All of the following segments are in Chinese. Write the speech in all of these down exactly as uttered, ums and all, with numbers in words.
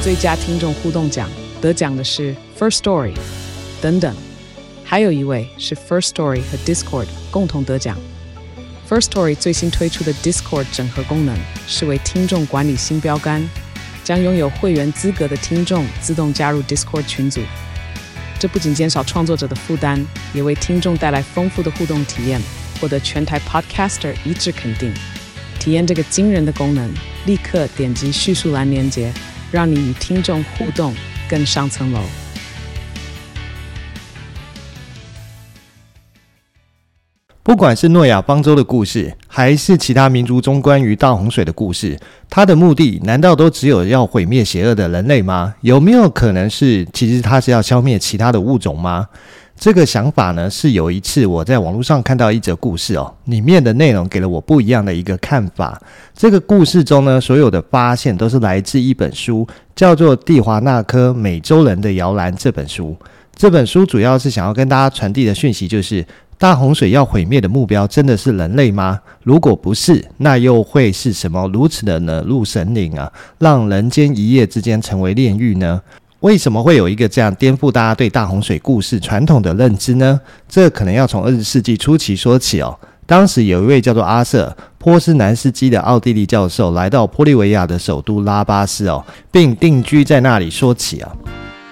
最佳听众互动奖，得奖的是 First Story 等等，还有一位是 First Story 和 Discord 共同得奖。First Story 最新推出的 Discord 整合功能是为听众管理新标杆，将拥有会员资格的听众自动加入 Discord 群组。这不仅减少创作者的负担，也为听众带来丰富的互动体验，获得全台 Podcaster 一致肯定。体验这个惊人的功能，立刻点击叙述栏连结，让你与听众互动更上层楼。 不管是诺亚方舟的故事，还是其他民族中关于大洪水的故事，它的目的难道都只有要毁灭邪恶的人类吗？有没有可能是其实它是要消灭其他的物种吗？这个想法呢，是有一次我在网络上看到一则故事哦，里面的内容给了我不一样的一个看法。这个故事中呢，所有的发现都是来自一本书，叫做《蒂华纳科美洲人的摇篮》这本书。这本书主要是想要跟大家传递的讯息就是，大洪水要毁灭的目标真的是人类吗？如果不是，那又会是什么如此的惹怒神灵啊，让人间一夜之间成为炼狱呢？为什么会有一个这样颠覆大家对大洪水故事传统的认知呢？这可能要从二十世纪初期说起哦。当时有一位叫做阿瑟·波斯南斯基的奥地利教授来到玻利维亚的首都拉巴斯哦，并定居在那里说起啊。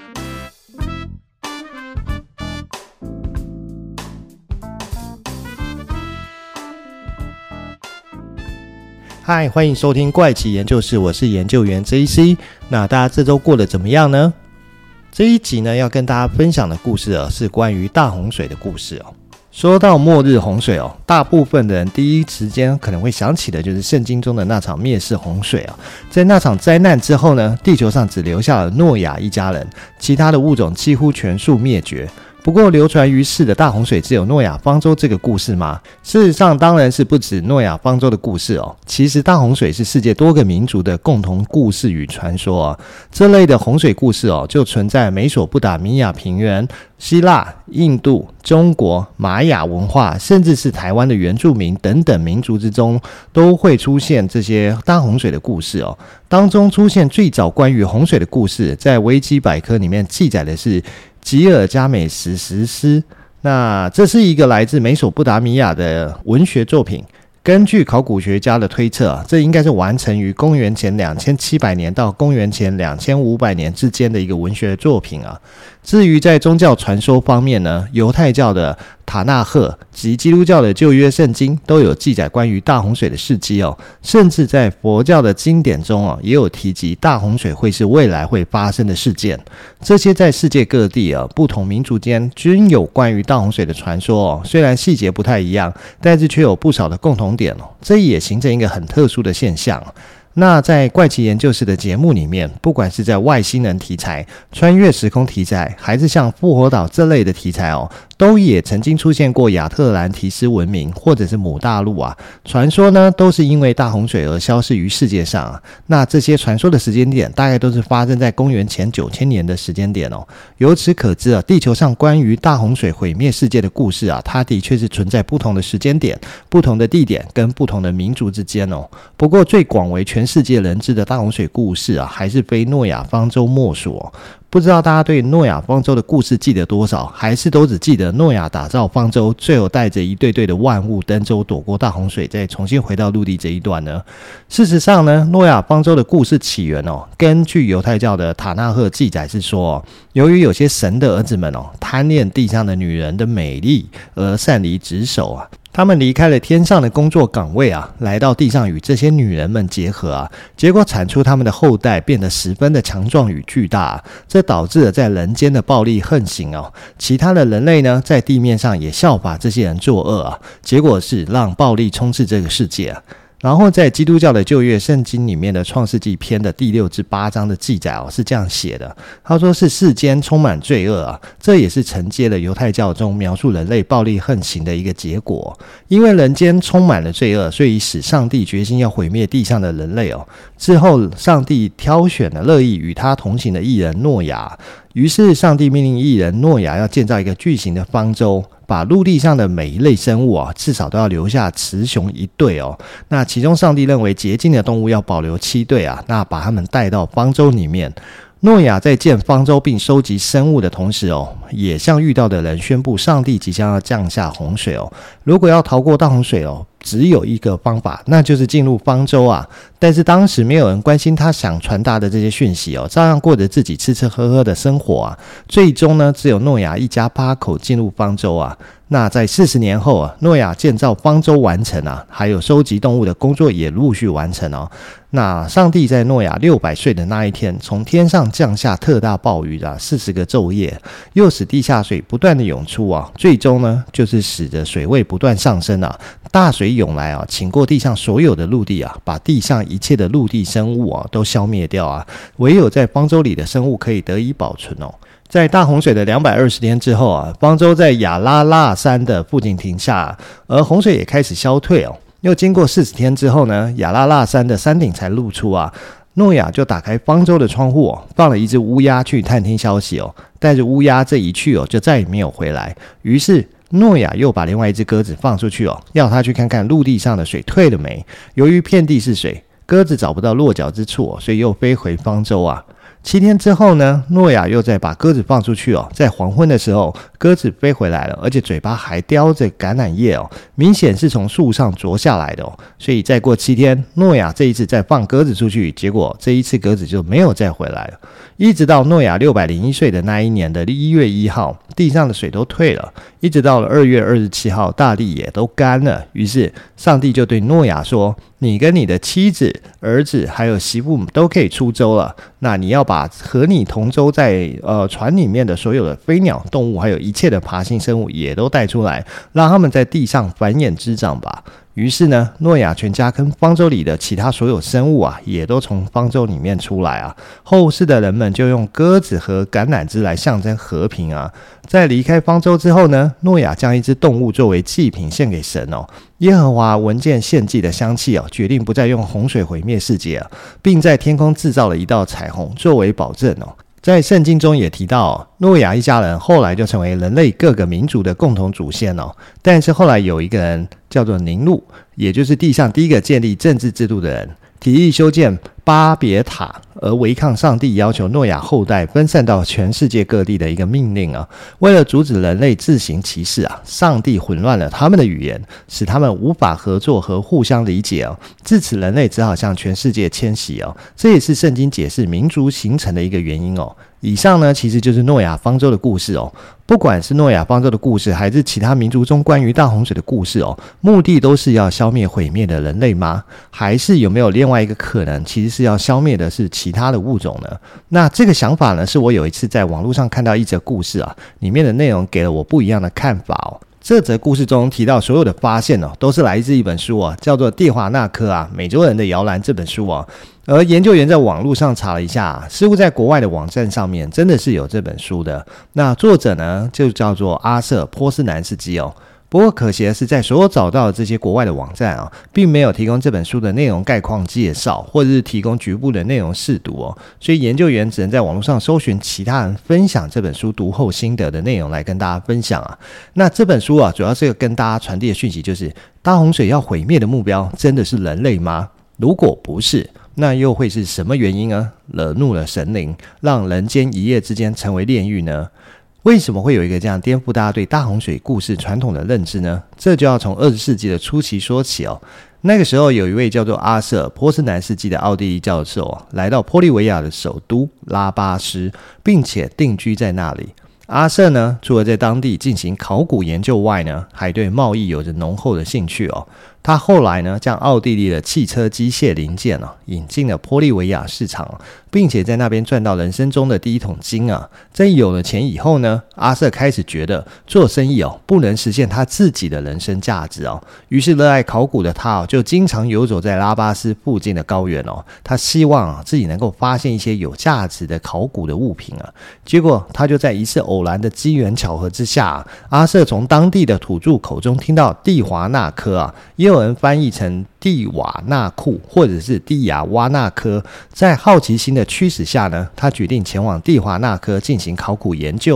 嗨，欢迎收听怪奇研究室，我是研究员 J C。 那大家这周过得怎么样呢？这一集呢，要跟大家分享的故事哦，是关于大洪水的故事哦。说到末日洪水哦，大部分的人第一时间可能会想起的就是圣经中的那场灭世洪水啊。在那场灾难之后呢，地球上只留下了诺亚一家人，其他的物种几乎全数灭绝。不过流传于世的大洪水只有诺亚方舟这个故事吗？事实上当然是不止诺亚方舟的故事哦。其实大洪水是世界多个民族的共同故事与传说哦。这类的洪水故事哦，就存在美索不达米亚平原、希腊、印度、中国、玛雅文化，甚至是台湾的原住民等等民族之中，都会出现这些大洪水的故事哦。当中出现最早关于洪水的故事，在维基百科里面记载的是吉尔加美什史诗。那这是一个来自美索不达米亚的文学作品。根据考古学家的推测，这应该是完成于公元前两千七百年到公元前两千五百年之间的一个文学作品啊。至于在宗教传说方面呢，犹太教的塔纳赫及基督教的旧约圣经都有记载关于大洪水的事迹哦，甚至在佛教的经典中哦，也有提及大洪水会是未来会发生的事件。这些在世界各地啊，不同民族间均有关于大洪水的传说哦，虽然细节不太一样，但是却有不少的共同点哦，这也形成一个很特殊的现象。那在怪奇研究室的节目里面，不管是在外星人题材、穿越时空题材，还是像复活岛这类的题材哦，都也曾经出现过亚特兰提斯文明或者是母大陆啊。传说呢，都是因为大洪水而消失于世界上啊。那这些传说的时间点，大概都是发生在公元前九千年的时间点哦。由此可知啊，地球上关于大洪水毁灭世界的故事啊，它的确是存在不同的时间点、不同的地点跟不同的民族之间哦。不过最广为全世界人知的大洪水故事啊，还是非诺亚方舟莫属哦。不知道大家对诺亚方舟的故事记得多少，还是都只记得诺亚打造方舟，最后带着一队队的万物登舟躲过大洪水，再重新回到陆地这一段呢？事实上呢，诺亚方舟的故事起源哦，根据犹太教的塔纳赫记载是说哦，由于有些神的儿子们哦，贪恋地上的女人的美丽而擅离职守啊。他们离开了天上的工作岗位啊，来到地上与这些女人们结合啊，结果产出他们的后代变得十分的强壮与巨大啊，这导致了在人间的暴力横行哦。其他的人类呢，在地面上也效法这些人作恶啊，结果是让暴力充斥这个世界啊。然后在基督教的旧约圣经里面的创世纪篇的第六至八章的记载哦，是这样写的，他说是世间充满罪恶啊，这也是承接了犹太教中描述人类暴力横行的一个结果。因为人间充满了罪恶，所以使上帝决心要毁灭地上的人类哦。之后上帝挑选了乐意与他同行的义人诺亚，于是上帝命令义人诺亚要建造一个巨型的方舟，把陆地上的每一类生物啊，至少都要留下雌雄一对哦。那其中上帝认为洁净的动物要保留七对啊，那把它们带到方舟里面。 诺亚在建方舟并收集生物的同时哦，也向遇到的人宣布上帝即将要降下洪水哦。如果要逃过大洪水哦，只有一个方法，那就是进入方舟啊。但是当时没有人关心他想传达的这些讯息哦，照样过着自己吃吃喝喝的生活啊。最终呢，只有诺亚一家八口进入方舟啊。那在四十年后啊，诺亚建造方舟完成啊，还有收集动物的工作也陆续完成哦。那上帝在诺亚六百岁的那一天，从天上降下特大暴雨啊，四十个昼夜，又使地下水不断的涌出啊，最终呢，就是使得水位不断上升啊，大水涌来啊，侵过地上所有的陆地啊，把地上一切的陆地生物啊都消灭掉啊，唯有在方舟里的生物可以得以保存哦。在大洪水的两百二十天之后啊，方舟在亚拉腊山的附近停下，而洪水也开始消退哦。又经过四十天之后呢，亚拉腊山的山顶才露出啊。诺亚就打开方舟的窗户哦，放了一只乌鸦去探听消息哦。带着乌鸦这一去哦，就再也没有回来。于是诺亚又把另外一只鸽子放出去哦，要它去看看陆地上的水退了没。由于遍地是水，鸽子找不到落脚之处哦，所以又飞回方舟啊。七天之后呢，诺亚又再把鸽子放出去哦，在黄昏的时候，鸽子飞回来了，而且嘴巴还叼着橄榄叶哦，明显是从树上啄下来的哦。所以再过七天，诺亚这一次再放鸽子出去，结果这一次鸽子就没有再回来了。一直到诺亚六百零一岁的那一年的一月一号，地上的水都退了，一直到了二月二十七号，大地也都干了。于是上帝就对诺亚说，你跟你的妻子、儿子还有媳妇都可以出舟了，那你要把和你同舟在呃船里面的所有的飞鸟、动物还有一切的爬行生物也都带出来，让他们在地上繁衍滋长吧。于是呢，诺亚全家跟方舟里的其他所有生物啊，也都从方舟里面出来啊。后世的人们就用鸽子和橄榄枝来象征和平啊。在离开方舟之后呢，诺亚将一只动物作为祭品献给神哦。耶和华闻见献祭的香气哦，决定不再用洪水毁灭世界啊，并在天空制造了一道彩虹作为保证哦。在圣经中也提到哦，诺亚一家人后来就成为人类各个民族的共同祖先哦。但是后来有一个人叫做宁录，也就是地上第一个建立政治制度的人，提议修建巴别塔，而违抗上帝要求诺亚后代分散到全世界各地的一个命令啊。为了阻止人类自行其事啊，上帝混乱了他们的语言，使他们无法合作和互相理解哦。自此人类只好向全世界迁徙哦，这也是圣经解释民族形成的一个原因哦。以上呢，其实就是诺亚方舟的故事哦。不管是诺亚方舟的故事，还是其他民族中关于大洪水的故事哦，目的都是要消灭毁灭的人类吗？还是有没有另外一个可能，其实是要消灭的是其他的物种呢？那这个想法呢，是我有一次在网络上看到一则故事啊，里面的内容给了我不一样的看法哦。这则故事中提到所有的发现哦，都是来自一本书哦，叫做《蒂华纳科啊美洲人的摇篮》这本书哦。而研究员在网络上查了一下，似乎在国外的网站上面真的是有这本书的。那作者呢，就叫做阿瑟·波斯南斯基哦。不过可惜的是，在所有找到的这些国外的网站啊，并没有提供这本书的内容概况介绍，或者是提供局部的内容试读哦，所以研究员只能在网络上搜寻其他人分享这本书读后心得的内容来跟大家分享啊。那这本书啊，主要是跟大家传递的讯息就是，大洪水要毁灭的目标真的是人类吗？如果不是，那又会是什么原因呢？惹怒了神灵，让人间一夜之间成为炼狱呢？为什么会有一个这样颠覆大家对大洪水故事传统的认知呢？这就要从二十世纪的初期说起哦。那个时候有一位叫做阿瑟·波斯南斯基的奥地利教授、哦、来到玻利维亚的首都拉巴斯，并且定居在那里。阿瑟呢，除了在当地进行考古研究外呢，还对贸易有着浓厚的兴趣哦。他后来呢，将奥地利的汽车机械零件啊引进了玻利维亚市场、啊，并且在那边赚到人生中的第一桶金啊。在有了钱以后呢，阿瑟开始觉得做生意哦不能实现他自己的人生价值哦。于是热爱考古的他哦，就经常游走在拉巴斯附近的高原哦。他希望啊自己能够发现一些有价值的考古的物品啊。结果他就在一次偶然的机缘巧合之下、啊，阿瑟从当地的土著口中听到蒂华纳科啊，也有人翻译成蒂瓦纳库或者是蒂亚瓦纳科。在好奇心的驱使下呢，他决定前往蒂华纳科进行考古研究哦。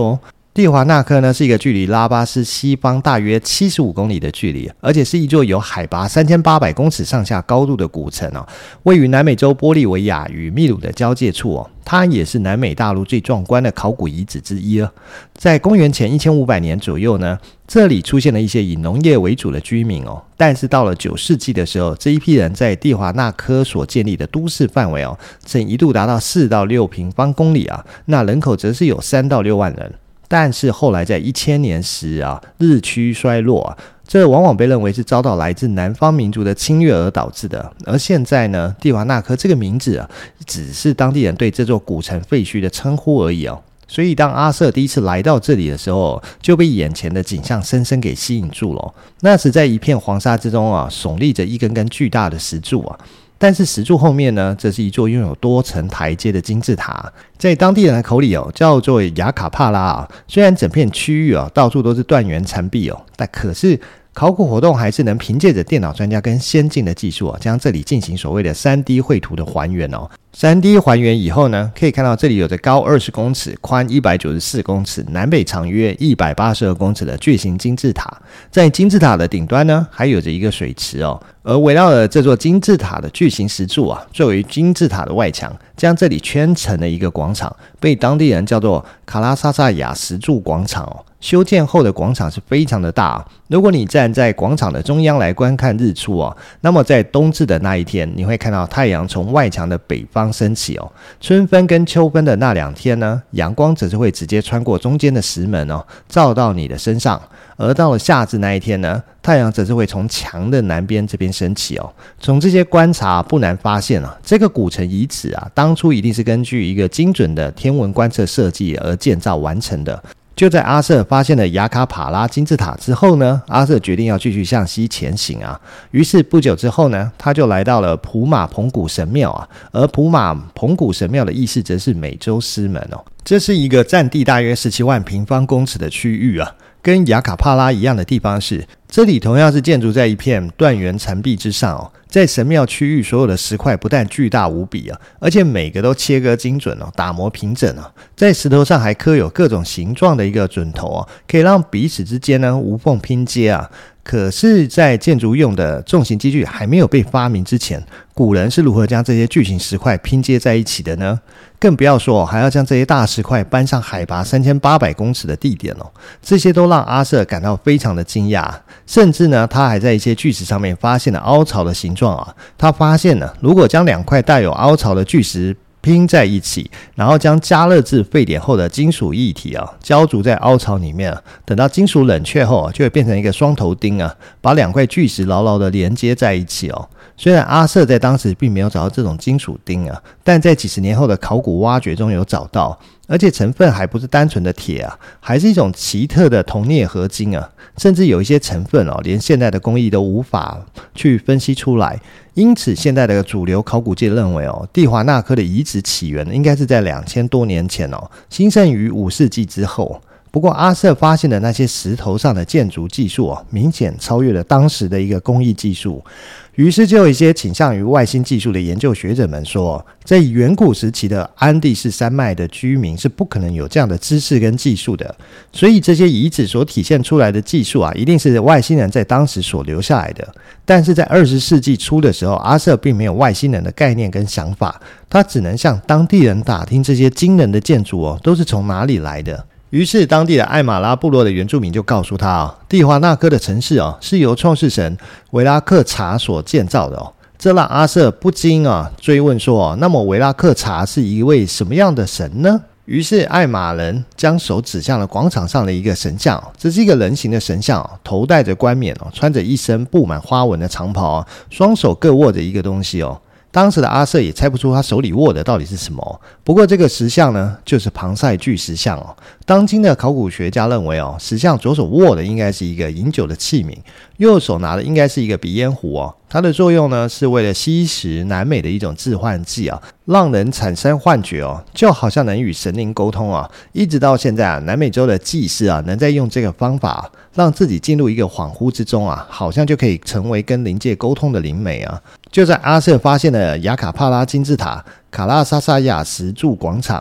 蒂华纳科呢是一个距离拉巴斯西方大约七十五公里的距离，而且是一座有海拔三千八百公尺上下高度的古城哦，位于南美洲玻利维亚与秘鲁的交界处哦，它也是南美大陆最壮观的考古遗址之一了。在公元前一千五百年左右呢，这里出现了一些以农业为主的居民哦，但是到了九世纪的时候，这一批人在蒂华纳科所建立的都市范围哦，曾一度达到四到六平方公里啊，那人口则是有三到六万人。但是后来在一千年时啊，日趋衰落啊，这往往被认为是遭到来自南方民族的侵略而导致的。而现在呢，蒂华纳科这个名字啊，只是当地人对这座古城废墟的称呼而已哦。所以当阿瑟第一次来到这里的时候，就被眼前的景象深深给吸引住了。那时在一片黄沙之中啊，耸立着一根根巨大的石柱啊。但是石柱后面呢，这是一座拥有多层台阶的金字塔，在当地人的口里哦，叫做雅卡帕拉啊。虽然整片区域哦，到处都是断垣残壁哦，但可是考古活动还是能凭借着电脑专家跟先进的技术哦，将这里进行所谓的 三 D 绘图的还原哦。三 D 还原以后呢，可以看到这里有着高二十公尺、宽一百九十四公尺、南北长约一百八十二公尺的巨型金字塔。在金字塔的顶端呢，还有着一个水池哦。而围绕了这座金字塔的巨型石柱啊，作为金字塔的外墙，将这里圈成了一个广场，被当地人叫做卡拉萨萨亚石柱广场哦。修建后的广场是非常的大，如果你站在广场的中央来观看日出哦，那么在冬至的那一天，你会看到太阳从外墙的北方升起哦。春分跟秋分的那两天呢，阳光则是会直接穿过中间的石门哦，照到你的身上。而到了夏至那一天呢，太阳则是会从墙的南边这边升起哦。从这些观察不难发现啊，这个古城遗址啊，当初一定是根据一个精准的天文观测设计而建造完成的。就在阿瑟发现了雅卡帕拉金字塔之后呢，阿瑟决定要继续向西前行啊。于是不久之后呢，他就来到了普马蓬古神庙啊。而普马蓬古神庙的意思则是美洲狮门哦。这是一个占地大约十七万平方公尺的区域啊。跟雅卡帕拉一样的地方是，这里同样是建筑在一片断垣残壁之上哦。在神庙区域，所有的石块不但巨大无比啊，而且每个都切割精准哦，打磨平整啊。在石头上还刻有各种形状的一个准头哦，可以让彼此之间呢无缝拼接啊。可是在建筑用的重型机具还没有被发明之前，古人是如何将这些巨型石块拼接在一起的呢？更不要说还要将这些大石块搬上海拔三千八百公尺的地点哦，这些都让阿瑟感到非常的惊讶。甚至呢，他还在一些巨石上面发现了凹槽的形状啊。他发现了，如果将两块带有凹槽的巨石拼在一起，然后将加热至沸点后的金属液体啊浇筑在凹槽里面啊，等到金属冷却后啊，就会变成一个双头钉啊，把两块巨石牢牢的连接在一起哦。虽然阿瑟在当时并没有找到这种金属钉啊，但在几十年后的考古挖掘中有找到，而且成分还不是单纯的铁啊，还是一种奇特的铜镍合金啊，甚至有一些成分哦，连现代的工艺都无法去分析出来。因此现在的主流考古界认为哦，蒂华纳科的遗址起源应该是在两千多年前哦，兴盛于五世纪之后。不过阿瑟发现的那些石头上的建筑技术哦，明显超越了当时的一个工艺技术。于是就有一些倾向于外星技术的研究学者们说，在远古时期的安第斯山脉的居民是不可能有这样的知识跟技术的，所以这些遗址所体现出来的技术啊，一定是外星人在当时所留下来的。但是在二十世纪初的时候，阿瑟并没有外星人的概念跟想法，他只能向当地人打听这些惊人的建筑哦，都是从哪里来的。于是当地的艾马拉部落的原住民就告诉他哦，蒂华纳科的城市哦，是由创世神维拉克查所建造的哦。这让阿瑟不禁啊追问说哦，那么维拉克查是一位什么样的神呢？于是艾玛人将手指向了广场上的一个神像，这是一个人形的神像，头戴着冠冕，穿着一身布满花纹的长袍，双手各握着一个东西哦。当时的阿瑟也猜不出他手里握的到底是什么，不过这个石像呢，就是庞塞巨石像哦。当今的考古学家认为哦，石像左手握的应该是一个饮酒的器皿，右手拿的应该是一个鼻烟壶哦。它的作用呢，是为了吸食南美的一种致幻剂啊，让人产生幻觉哦，就好像能与神灵沟通啊。一直到现在啊，南美洲的祭司啊，能在用这个方法、啊、让自己进入一个恍惚之中啊，好像就可以成为跟灵界沟通的灵媒啊。就在阿瑟发现了雅卡帕拉金字塔、卡拉萨萨亚石柱广场、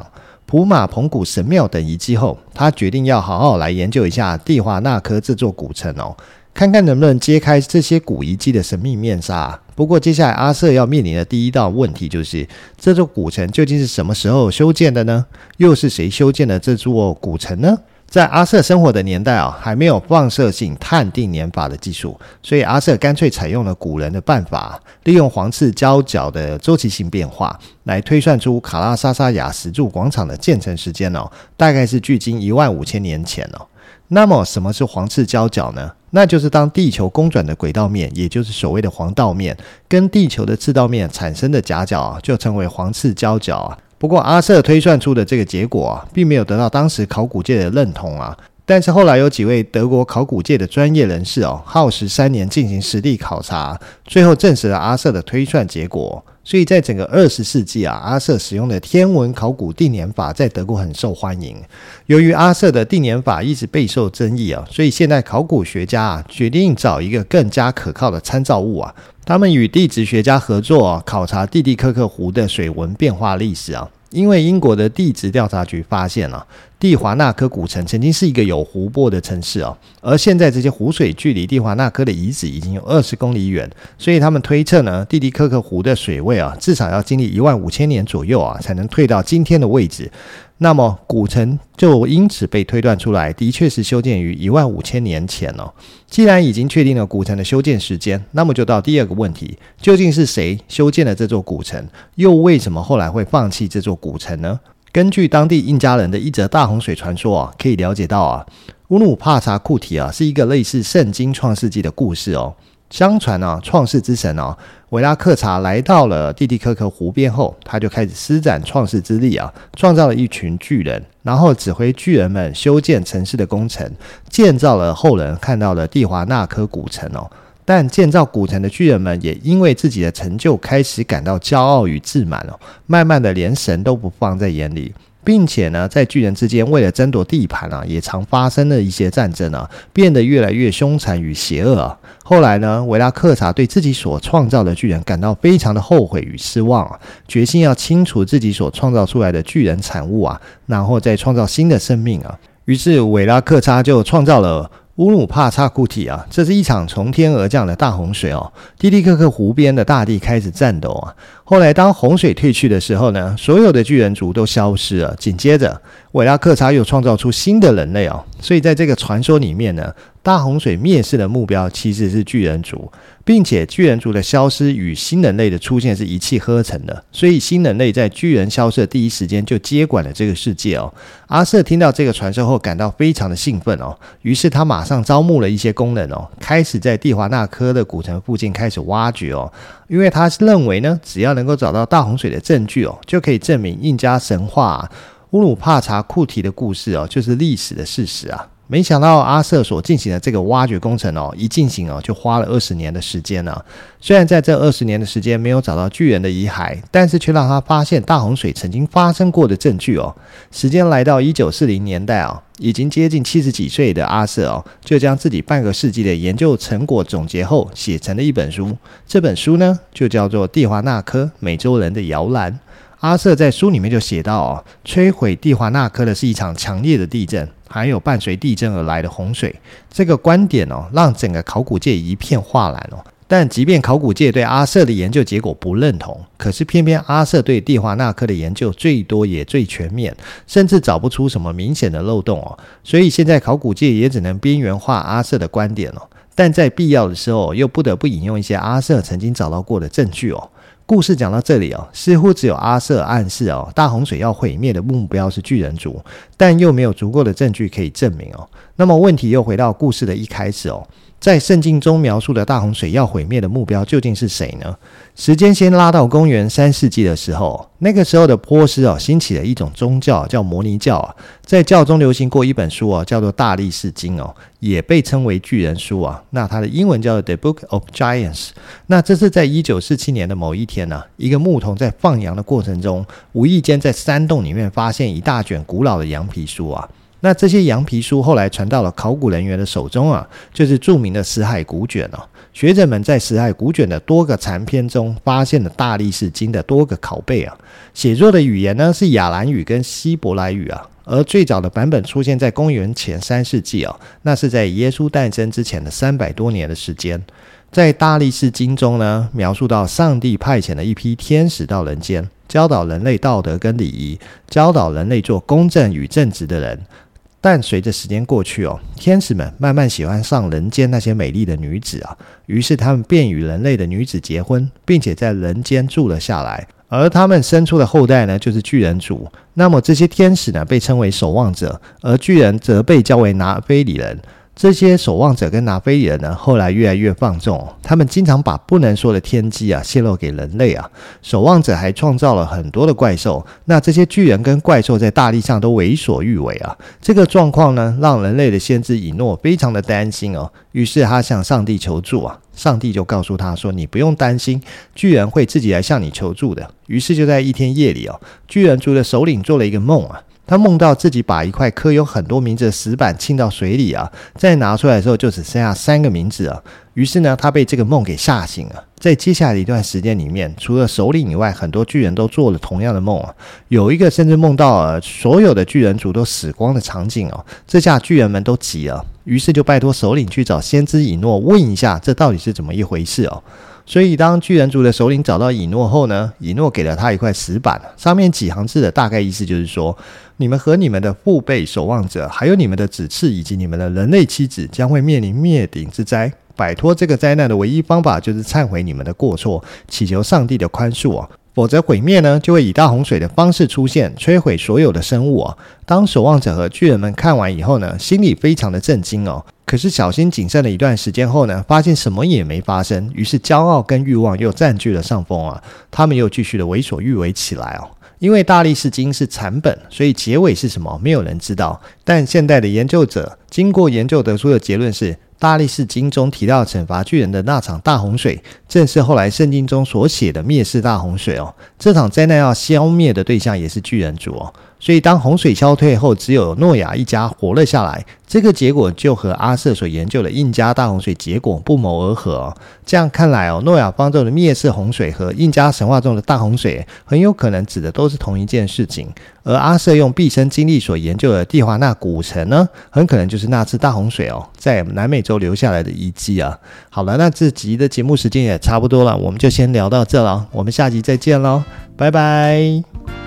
普马棚古神庙等遗迹后，他决定要好好来研究一下蒂华纳科这座古城哦，看看能不能揭开这些古遗迹的神秘面纱。不过接下来阿瑟要面临的第一道问题就是，这座古城究竟是什么时候修建的呢？又是谁修建的这座古城呢？在阿瑟生活的年代啊，还没有放射性碳定年法的技术，所以阿瑟干脆采用了古人的办法，利用黄赤交角的周期性变化来推算出卡拉萨萨亚石柱广场的建成时间哦，大概是距今一万五千年前哦。那么什么是黄赤交角呢？那就是当地球公转的轨道面，也就是所谓的黄道面，跟地球的赤道面产生的夹角啊，就称为黄赤交角啊。不过阿瑟推算出的这个结果啊，并没有得到当时考古界的认同啊。但是后来有几位德国考古界的专业人士哦，耗时三年进行实地考察，最后证实了阿瑟的推算结果。所以在整个二十世纪啊，阿瑟使用的天文考古定年法在德国很受欢迎。由于阿瑟的定年法一直备受争议啊，所以现在考古学家啊决定找一个更加可靠的参照物啊。他们与地质学家合作啊，考察蒂蒂科克湖的水文变化历史啊。因为英国的地质调查局发现啊，蒂华纳科古城曾经是一个有湖泊的城市哦，而现在这些湖水距离蒂华纳科的遗址已经有二十公里远，所以他们推测呢，蒂蒂科克湖的水位啊，至少要经历一万五千年左右啊，才能退到今天的位置。那么古城就因此被推断出来，的确是修建于一万五千年前哦。既然已经确定了古城的修建时间，那么就到第二个问题，究竟是谁修建了这座古城？又为什么后来会放弃这座古城呢？根据当地印加人的一则大洪水传说啊，可以了解到啊，乌努帕查库提啊是一个类似圣经创世纪的故事哦。相传啊，创世之神啊，维拉克查来到了蒂蒂科克湖边后，他就开始施展创世之力啊，创造了一群巨人，然后指挥巨人们修建城市的工程，建造了后人看到的蒂华纳科古城哦。但建造古城的巨人们也因为自己的成就开始感到骄傲与自满哦，慢慢的连神都不放在眼里。并且呢，在巨人之间为了争夺地盘啊，也常发生了一些战争啊，变得越来越凶残与邪恶啊。后来呢，维拉克查对自己所创造的巨人感到非常的后悔与失望啊，决心要清除自己所创造出来的巨人产物啊，然后再创造新的生命啊。于是维拉克查就创造了乌努帕查库提啊，这是一场从天而降的大洪水哦。蒂蒂科克湖边的大地开始颤抖啊。后来当洪水退去的时候呢，所有的巨人族都消失了。紧接着维拉克查又创造出新的人类哦。所以在这个传说里面呢，大洪水灭世的目标其实是巨人族，并且巨人族的消失与新人类的出现是一气呵成的。所以新人类在巨人消失的第一时间就接管了这个世界哦。阿瑟听到这个传说后感到非常的兴奋哦，于是他马上招募了一些工人哦，开始在蒂华纳科的古城附近开始挖掘哦。因为他认为呢，只要能够找到大洪水的证据哦，就可以证明印加神话啊，乌努帕查库提的故事哦，就是历史的事实啊。没想到阿瑟所进行的这个挖掘工程哦，一进行哦就花了二十年的时间呢、啊。虽然在这二十年的时间没有找到巨人的遗骸，但是却让他发现大洪水曾经发生过的证据哦。时间来到一九四零年代哦，已经接近七十几岁的阿瑟哦，就将自己半个世纪的研究成果总结后，写成了一本书。这本书呢，就叫做《蒂华纳科：美洲人的摇篮》。阿瑟在书里面就写到哦，摧毁蒂华纳科的是一场强烈的地震，还有伴随地震而来的洪水。这个观点哦，让整个考古界一片哗然哦。但即便考古界对阿瑟的研究结果不认同，可是偏偏阿瑟对蒂华纳科的研究最多也最全面，甚至找不出什么明显的漏洞哦。所以现在考古界也只能边缘化阿瑟的观点哦，但在必要的时候又不得不引用一些阿瑟曾经找到过的证据哦。故事讲到这里哦，似乎只有阿瑟暗示哦，大洪水要毁灭的目标是巨人族，但又没有足够的证据可以证明哦。那么问题又回到故事的一开始哦，在圣经中描述的大洪水要毁灭的目标究竟是谁呢？时间先拉到公元三世纪的时候，那个时候的波斯哦，兴起了一种宗教叫摩尼教啊，在教中流行过一本书哦，叫做大力士经哦，也被称为巨人书啊。那它的英文叫做 The Book of Giants。那这是在一九四七年的某一天呢、啊，一个牧童在放羊的过程中，无意间在山洞里面发现一大卷古老的羊皮书啊。 那这些羊皮书后来传到了考古人员的手中啊，就是著名的死海古卷哦。学者们在死海古卷的多个残篇中发现了大力士经的多个拷贝啊，写作的语言呢是亚兰语跟希伯来语啊，而最早的版本出现在公元前三世纪啊，那是在耶稣诞生之前的三百多年的时间。在大力士经中呢，描述到上帝派遣了一批天使到人间，教导人类道德跟礼仪，教导人类做公正与正直的人。但随着时间过去哦，天使们慢慢喜欢上人间那些美丽的女子啊，于是他们便与人类的女子结婚，并且在人间住了下来。而他们生出的后代呢，就是巨人族。那么这些天使呢，被称为守望者，而巨人则被叫为拿非里人。这些守望者跟拿非里人呢，后来越来越放纵、哦、他们经常把不能说的天机啊泄露给人类啊。守望者还创造了很多的怪兽，那这些巨人跟怪兽在大地上都为所欲为啊。这个状况呢，让人类的先知以诺非常的担心哦，于是他向上帝求助啊。上帝就告诉他说，你不用担心，巨人会自己来向你求助的。于是就在一天夜里哦，巨人族的首领做了一个梦啊，他梦到自己把一块刻有很多名字的石板浸到水里啊，再拿出来的时候就只剩下三个名字啊。于是呢，他被这个梦给吓醒了。在接下来的一段时间里面，除了首领以外，很多巨人都做了同样的梦啊。有一个甚至梦到了所有的巨人族都死光的场景哦。这下巨人们都急了，于是就拜托首领去找先知以诺问一下，这到底是怎么一回事哦。所以当巨人族的首领找到以诺后呢，以诺给了他一块石板，上面几行字的大概意思就是说，你们和你们的父辈守望者，还有你们的子嗣以及你们的人类妻子将会面临灭顶之灾。摆脱这个灾难的唯一方法就是忏悔你们的过错，祈求上帝的宽恕哦，否则毁灭呢就会以大洪水的方式出现，摧毁所有的生物哦。当守望者和巨人们看完以后呢，心里非常的震惊哦。可是小心谨慎了一段时间后呢，发现什么也没发生，于是骄傲跟欲望又占据了上风啊，他们又继续的为所欲为起来哦。因为大力士经是残本，所以结尾是什么没有人知道，但现代的研究者经过研究得出的结论是，大力士经中提到惩罚巨人的那场大洪水，正是后来圣经中所写的灭世大洪水哦。这场灾难要消灭的对象也是巨人族哦。所以当洪水消退后，只有诺亚一家活了下来，这个结果就和阿瑟所研究的印加大洪水结果不谋而合哦。这样看来哦，诺亚方舟的灭世洪水和印加神话中的大洪水很有可能指的都是同一件事情，而阿瑟用毕生精力所研究的蒂华纳古城呢，很可能就是那次大洪水哦，在南美洲留下来的遗迹啊。好了，那这集的节目时间也差不多了，我们就先聊到这了，我们下集再见咯，拜拜。